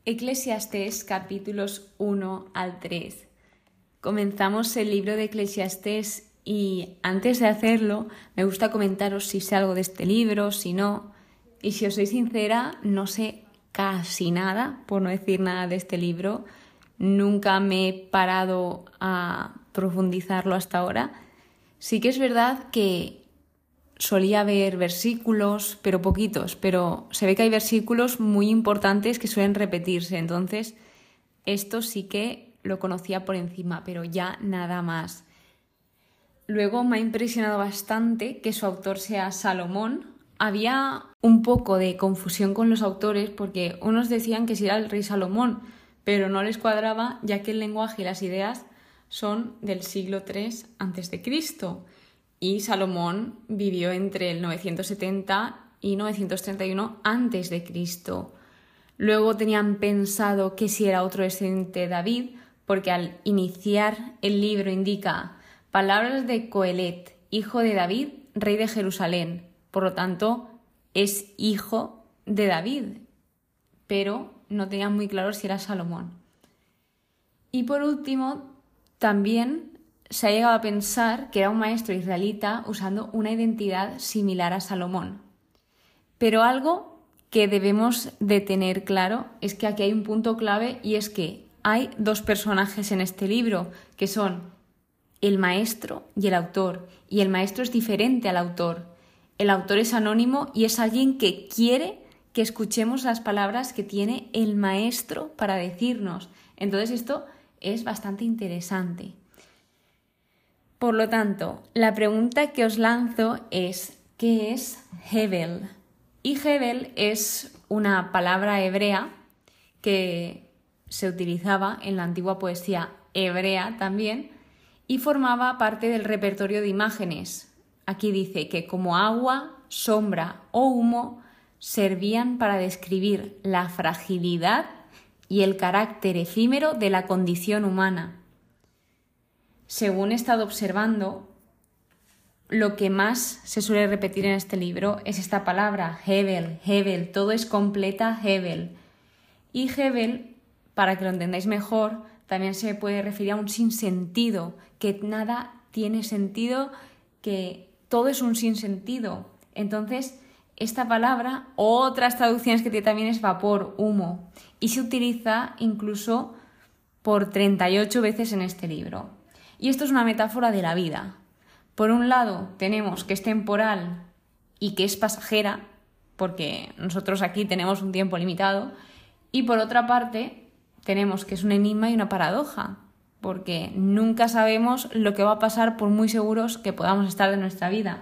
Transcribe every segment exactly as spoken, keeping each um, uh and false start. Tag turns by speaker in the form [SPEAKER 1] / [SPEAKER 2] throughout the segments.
[SPEAKER 1] Eclesiastés capítulos uno al tres. Comenzamos el libro de Eclesiastés y antes de hacerlo me gusta comentaros si sé algo de este libro, si no. Y si os soy sincera, no sé casi nada, por no decir nada de este libro. Nunca me he parado a profundizarlo hasta ahora. Sí que es verdad que solía ver versículos, pero poquitos, pero se ve que hay versículos muy importantes que suelen repetirse, entonces esto sí que lo conocía por encima, pero ya nada más. Luego me ha impresionado bastante que su autor sea Salomón. Había un poco de confusión con los autores porque unos decían que sí era el rey Salomón, pero no les cuadraba ya que el lenguaje y las ideas son del siglo tres antes de Cristo. Y Salomón vivió entre el novecientos setenta y novecientos treinta y uno antes de Cristo. Luego tenían pensado que si era otro descendiente de David, porque al iniciar el libro indica palabras de Coelet, hijo de David, rey de Jerusalén. Por lo tanto, es hijo de David, pero no tenían muy claro si era Salomón. Y por último, también se ha llegado a pensar que era un maestro israelita usando una identidad similar a Salomón. Pero algo que debemos de tener claro es que aquí hay un punto clave y es que hay dos personajes en este libro, que son el maestro y el autor. Y el maestro es diferente al autor. El autor es anónimo y es alguien que quiere que escuchemos las palabras que tiene el maestro para decirnos. Entonces esto es bastante interesante. Por lo tanto, la pregunta que os lanzo es, ¿qué es Hebel? Y Hebel es una palabra hebrea que se utilizaba en la antigua poesía hebrea también y formaba parte del repertorio de imágenes. Aquí dice que como agua, sombra o humo servían para describir la fragilidad y el carácter efímero de la condición humana. Según he estado observando, lo que más se suele repetir en este libro es esta palabra, Hebel, Hebel, todo es completa Hebel. Y Hebel, para que lo entendáis mejor, también se puede referir a un sinsentido, que nada tiene sentido, que todo es un sinsentido. Entonces, esta palabra, otras traducciones que tiene también es vapor, humo, y se utiliza incluso por treinta y ocho veces en este libro. Y esto es una metáfora de la vida. Por un lado tenemos que es temporal y que es pasajera, porque nosotros aquí tenemos un tiempo limitado, y por otra parte tenemos que es un enigma y una paradoja, porque nunca sabemos lo que va a pasar por muy seguros que podamos estar de nuestra vida.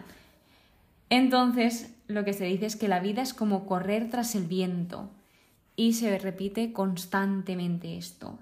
[SPEAKER 1] Entonces lo que se dice es que la vida es como correr tras el viento y se repite constantemente esto.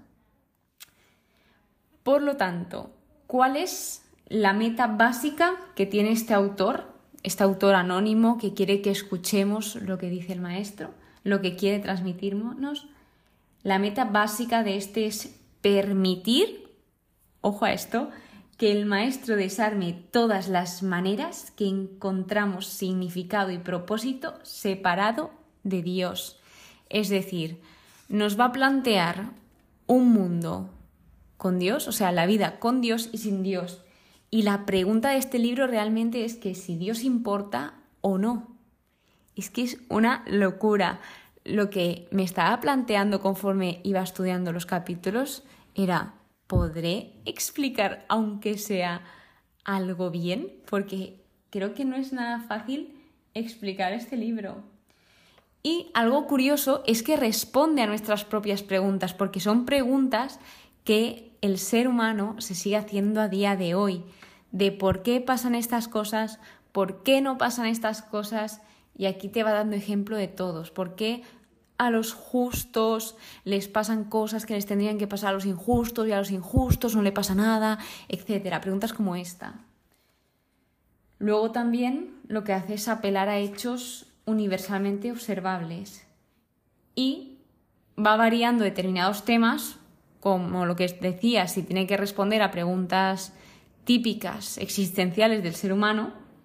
[SPEAKER 1] Por lo tanto, ¿cuál es la meta básica que tiene este autor, este autor anónimo que quiere que escuchemos lo que dice el maestro, lo que quiere transmitirnos? La meta básica de este es permitir, ojo a esto, que el maestro desarme todas las maneras que encontramos significado y propósito separado de Dios. Es decir, nos va a plantear un mundo con Dios, o sea, la vida con Dios y sin Dios. Y la pregunta de este libro realmente es que si Dios importa o no. Es que es una locura. Lo que me estaba planteando conforme iba estudiando los capítulos era, ¿podré explicar aunque sea algo bien? Porque creo que no es nada fácil explicar este libro. Y algo curioso es que responde a nuestras propias preguntas, porque son preguntas que el ser humano se sigue haciendo a día de hoy, de por qué pasan estas cosas, por qué no pasan estas cosas, y aquí te va dando ejemplo de todos, por qué a los justos les pasan cosas que les tendrían que pasar a los injustos y a los injustos no le pasa nada, etcétera. Preguntas como esta. Luego también lo que hace es apelar a hechos universalmente observables y va variando determinados temas, como lo que decía, si tiene que responder a preguntas típicas existenciales del ser humano,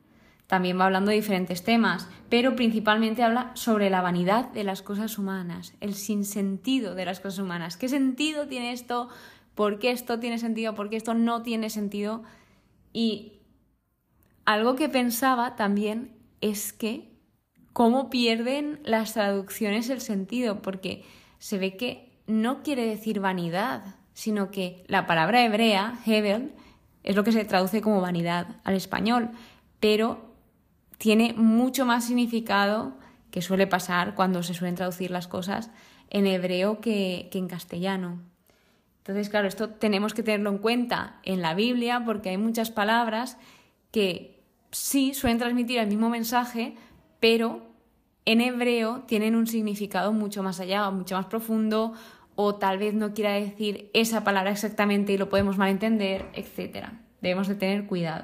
[SPEAKER 1] también va hablando de diferentes temas, pero principalmente habla sobre la vanidad de las cosas humanas, el sinsentido de las cosas humanas. ¿Qué sentido tiene esto? ¿Por qué esto tiene sentido? ¿Por qué esto no tiene sentido? Y algo que pensaba también es que cómo pierden las traducciones el sentido, porque se ve que no quiere decir vanidad, sino que la palabra hebrea, Hevel, es lo que se traduce como vanidad al español, pero tiene mucho más significado, que suele pasar cuando se suelen traducir las cosas, en hebreo que, que en castellano. Entonces, claro, esto tenemos que tenerlo en cuenta en la Biblia, porque hay muchas palabras que sí suelen transmitir el mismo mensaje, pero en hebreo tienen un significado mucho más allá, mucho más profundo, o tal vez no quiera decir esa palabra exactamente y lo podemos malentender, etcétera. Debemos de tener cuidado.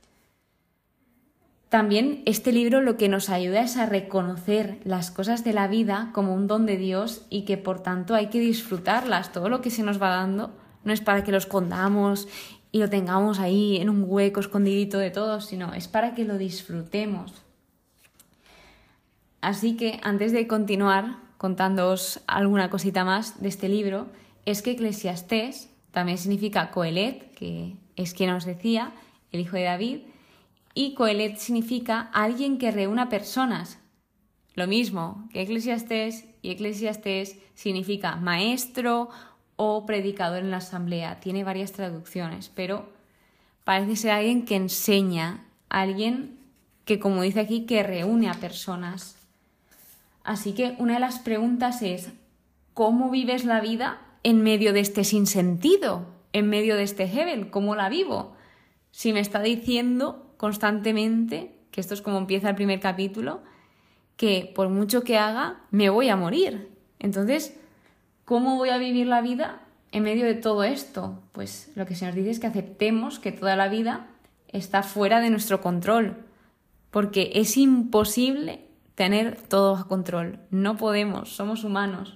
[SPEAKER 1] También este libro lo que nos ayuda es a reconocer las cosas de la vida como un don de Dios y que por tanto hay que disfrutarlas. Todo lo que se nos va dando no es para que lo escondamos y lo tengamos ahí en un hueco escondidito de todos, sino es para que lo disfrutemos. Así que antes de continuar contándoos alguna cosita más de este libro, es que Eclesiastés también significa Coelet, que es quien os decía, el hijo de David, y Coelet significa alguien que reúna personas. Lo mismo que Eclesiastés, y Eclesiastés significa maestro o predicador en la asamblea. Tiene varias traducciones, pero parece ser alguien que enseña, alguien que, como dice aquí, que reúne a personas. Así que una de las preguntas es, ¿cómo vives la vida en medio de este sinsentido? En medio de este Hevel, ¿cómo la vivo? Si me está diciendo constantemente, que esto es como empieza el primer capítulo, que por mucho que haga, me voy a morir. Entonces, ¿cómo voy a vivir la vida en medio de todo esto? Pues lo que se nos dice es que aceptemos que toda la vida está fuera de nuestro control, porque es imposible tener todo a control. No podemos, somos humanos.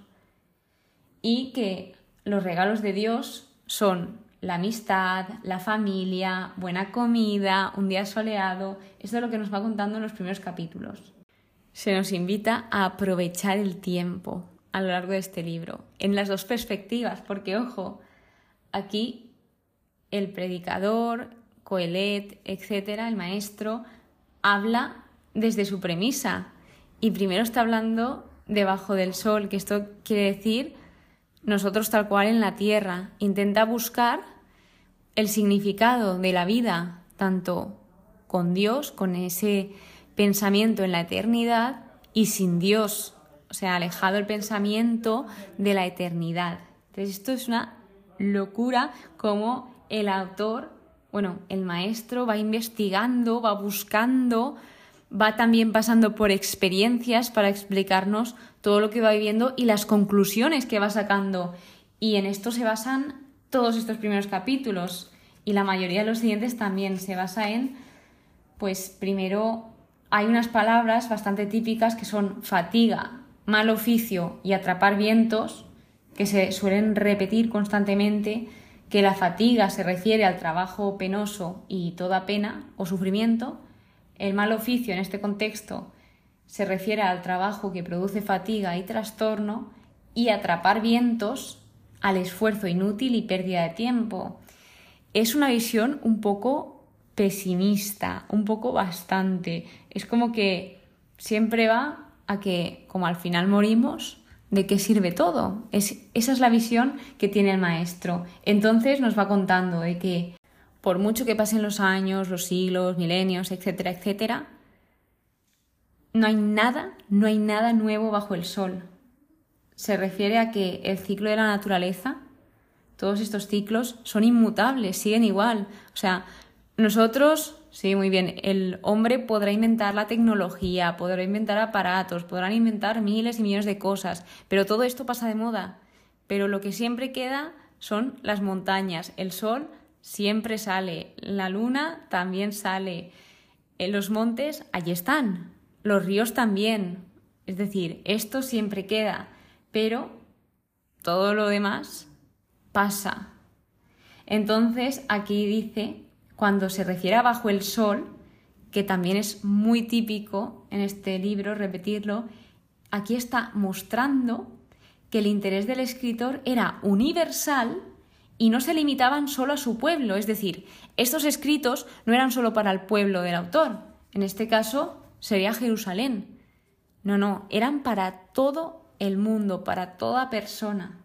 [SPEAKER 1] Y que los regalos de Dios son la amistad, la familia, buena comida, un día soleado. Esto es lo que nos va contando en los primeros capítulos. Se nos invita a aprovechar el tiempo a lo largo de este libro, en las dos perspectivas, porque, ojo, aquí el predicador, Coelet, etcétera, el maestro, habla desde su premisa. Y primero está hablando debajo del sol, que esto quiere decir nosotros tal cual en la tierra. Intenta buscar el significado de la vida, tanto con Dios, con ese pensamiento en la eternidad, y sin Dios, o sea, alejado el pensamiento de la eternidad. Entonces esto es una locura como el autor, bueno, el maestro va investigando, va buscando, va también pasando por experiencias para explicarnos todo lo que va viviendo y las conclusiones que va sacando. Y en esto se basan todos estos primeros capítulos, y la mayoría de los siguientes también se basa en, pues primero hay unas palabras bastante típicas que son fatiga, mal oficio y atrapar vientos, que se suelen repetir constantemente, que la fatiga se refiere al trabajo penoso y toda pena o sufrimiento. El mal oficio en este contexto se refiere al trabajo que produce fatiga y trastorno, y atrapar vientos al esfuerzo inútil y pérdida de tiempo. Es una visión un poco pesimista, un poco bastante. Es como que siempre va a que, como al final morimos, ¿de qué sirve todo? Es, esa es la visión que tiene el maestro. Entonces nos va contando de que por mucho que pasen los años, los siglos, milenios, etcétera, etcétera, no hay nada, no hay nada nuevo bajo el sol. Se refiere a que el ciclo de la naturaleza, todos estos ciclos son inmutables, siguen igual. O sea, nosotros, sí, muy bien, el hombre podrá inventar la tecnología, podrá inventar aparatos, podrán inventar miles y millones de cosas, pero todo esto pasa de moda. Pero lo que siempre queda son las montañas. El sol siempre sale, la luna también sale, en los montes allí están, los ríos también. Es decir, esto siempre queda, pero todo lo demás pasa. Entonces aquí dice, cuando se refiere a bajo el sol, que también es muy típico en este libro repetirlo, aquí está mostrando que el interés del escritor era universal y no se limitaban solo a su pueblo, es decir, estos escritos no eran solo para el pueblo del autor, en este caso sería Jerusalén. No, no, eran para todo el mundo, para toda persona.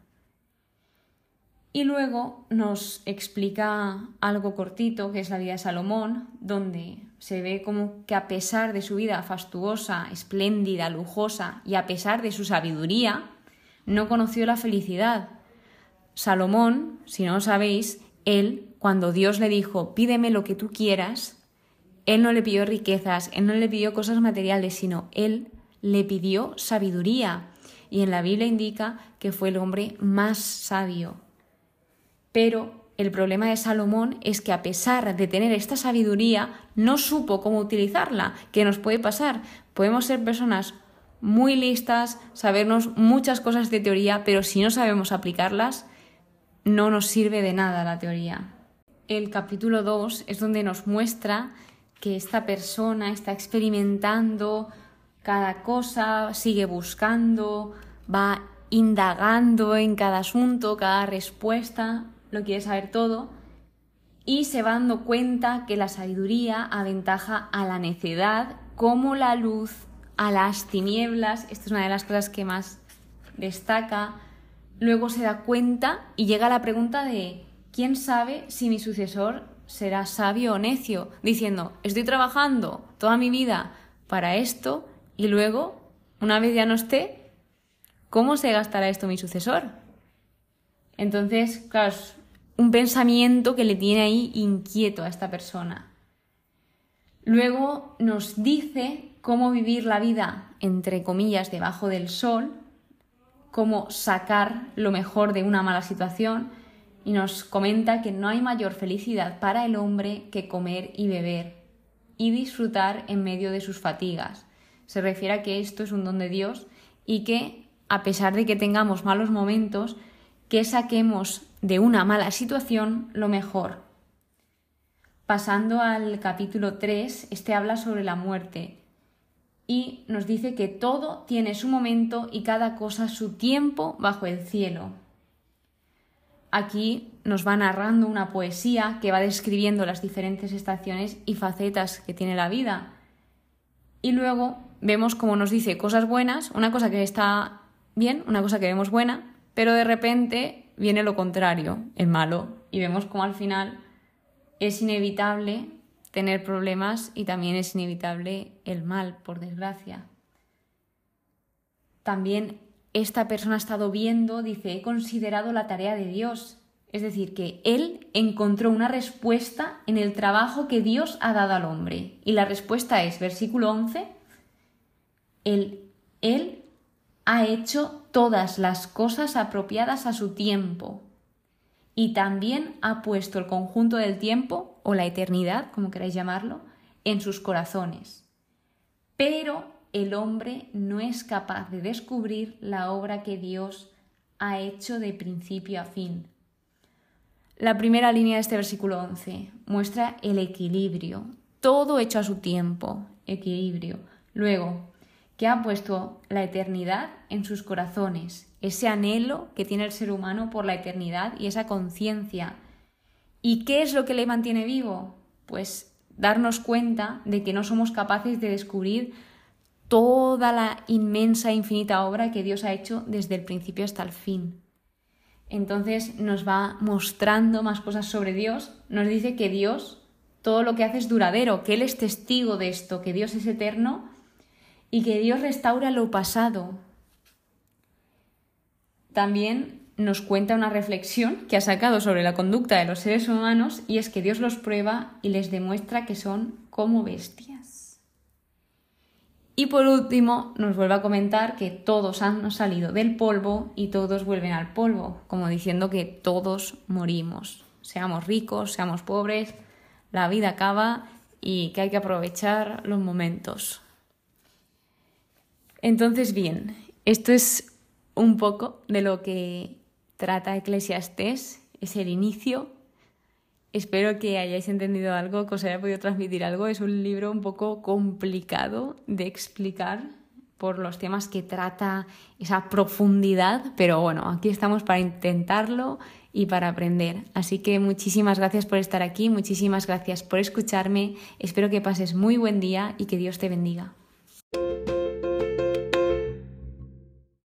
[SPEAKER 1] Y luego nos explica algo cortito, que es la vida de Salomón, donde se ve como que a pesar de su vida fastuosa, espléndida, lujosa, y a pesar de su sabiduría, no conoció la felicidad. Salomón, si no lo sabéis, él, cuando Dios le dijo, pídeme lo que tú quieras, él no le pidió riquezas, él no le pidió cosas materiales, sino él le pidió sabiduría. Y en la Biblia indica que fue el hombre más sabio. Pero el problema de Salomón es que a pesar de tener esta sabiduría, no supo cómo utilizarla. ¿Qué nos puede pasar? Podemos ser personas muy listas, sabernos muchas cosas de teoría, pero si no sabemos aplicarlas, no nos sirve de nada la teoría. El capítulo dos es donde nos muestra que esta persona está experimentando cada cosa, sigue buscando, va indagando en cada asunto, cada respuesta, lo quiere saber todo y se va dando cuenta que la sabiduría aventaja a la necedad como la luz a las tinieblas. Esta es una de las cosas que más destaca. Luego se da cuenta y llega a la pregunta de ¿quién sabe si mi sucesor será sabio o necio? Diciendo, estoy trabajando toda mi vida para esto y luego, una vez ya no esté, ¿cómo se gastará esto mi sucesor? Entonces, claro, es un pensamiento que le tiene ahí inquieto a esta persona. Luego nos dice cómo vivir la vida, entre comillas, debajo del sol, cómo sacar lo mejor de una mala situación y nos comenta que no hay mayor felicidad para el hombre que comer y beber y disfrutar en medio de sus fatigas. Se refiere a que esto es un don de Dios y que, a pesar de que tengamos malos momentos, que saquemos de una mala situación lo mejor. Pasando al capítulo tres, este habla sobre la muerte y nos dice que todo tiene su momento y cada cosa su tiempo bajo el cielo. Aquí nos va narrando una poesía que va describiendo las diferentes estaciones y facetas que tiene la vida. Y luego vemos como nos dice cosas buenas, una cosa que está bien, una cosa que vemos buena, pero de repente viene lo contrario, el malo, y vemos como al final es inevitable tener problemas y también es inevitable el mal, por desgracia. También esta persona ha estado viendo, dice, he considerado la tarea de Dios. Es decir, que él encontró una respuesta en el trabajo que Dios ha dado al hombre. Y la respuesta es, versículo once, él, él ha hecho todas las cosas apropiadas a su tiempo y también ha puesto el conjunto del tiempo, o la eternidad, como queráis llamarlo, en sus corazones. Pero el hombre no es capaz de descubrir la obra que Dios ha hecho de principio a fin. La primera línea de este versículo once muestra el equilibrio, todo hecho a su tiempo, equilibrio. Luego, que ha puesto la eternidad en sus corazones, ese anhelo que tiene el ser humano por la eternidad y esa conciencia. ¿Y qué es lo que le mantiene vivo? Pues darnos cuenta de que no somos capaces de descubrir toda la inmensa e infinita obra que Dios ha hecho desde el principio hasta el fin. Entonces nos va mostrando más cosas sobre Dios, nos dice que Dios, todo lo que hace es duradero, que Él es testigo de esto, que Dios es eterno y que Dios restaura lo pasado. También nos cuenta una reflexión que ha sacado sobre la conducta de los seres humanos y es que Dios los prueba y les demuestra que son como bestias. Y por último nos vuelve a comentar que todos han salido del polvo y todos vuelven al polvo, como diciendo que todos morimos, seamos ricos, seamos pobres, la vida acaba y que hay que aprovechar los momentos. Entonces, bien, esto es un poco de lo que trata Eclesiastés, es el inicio, Espero que hayáis entendido algo, que os haya podido transmitir algo. Es un libro un poco complicado de explicar por los temas que trata, esa profundidad, pero bueno, aquí estamos para intentarlo y para aprender. Así que muchísimas gracias por estar aquí, muchísimas gracias por escucharme. Espero que pases muy buen día y que Dios te bendiga.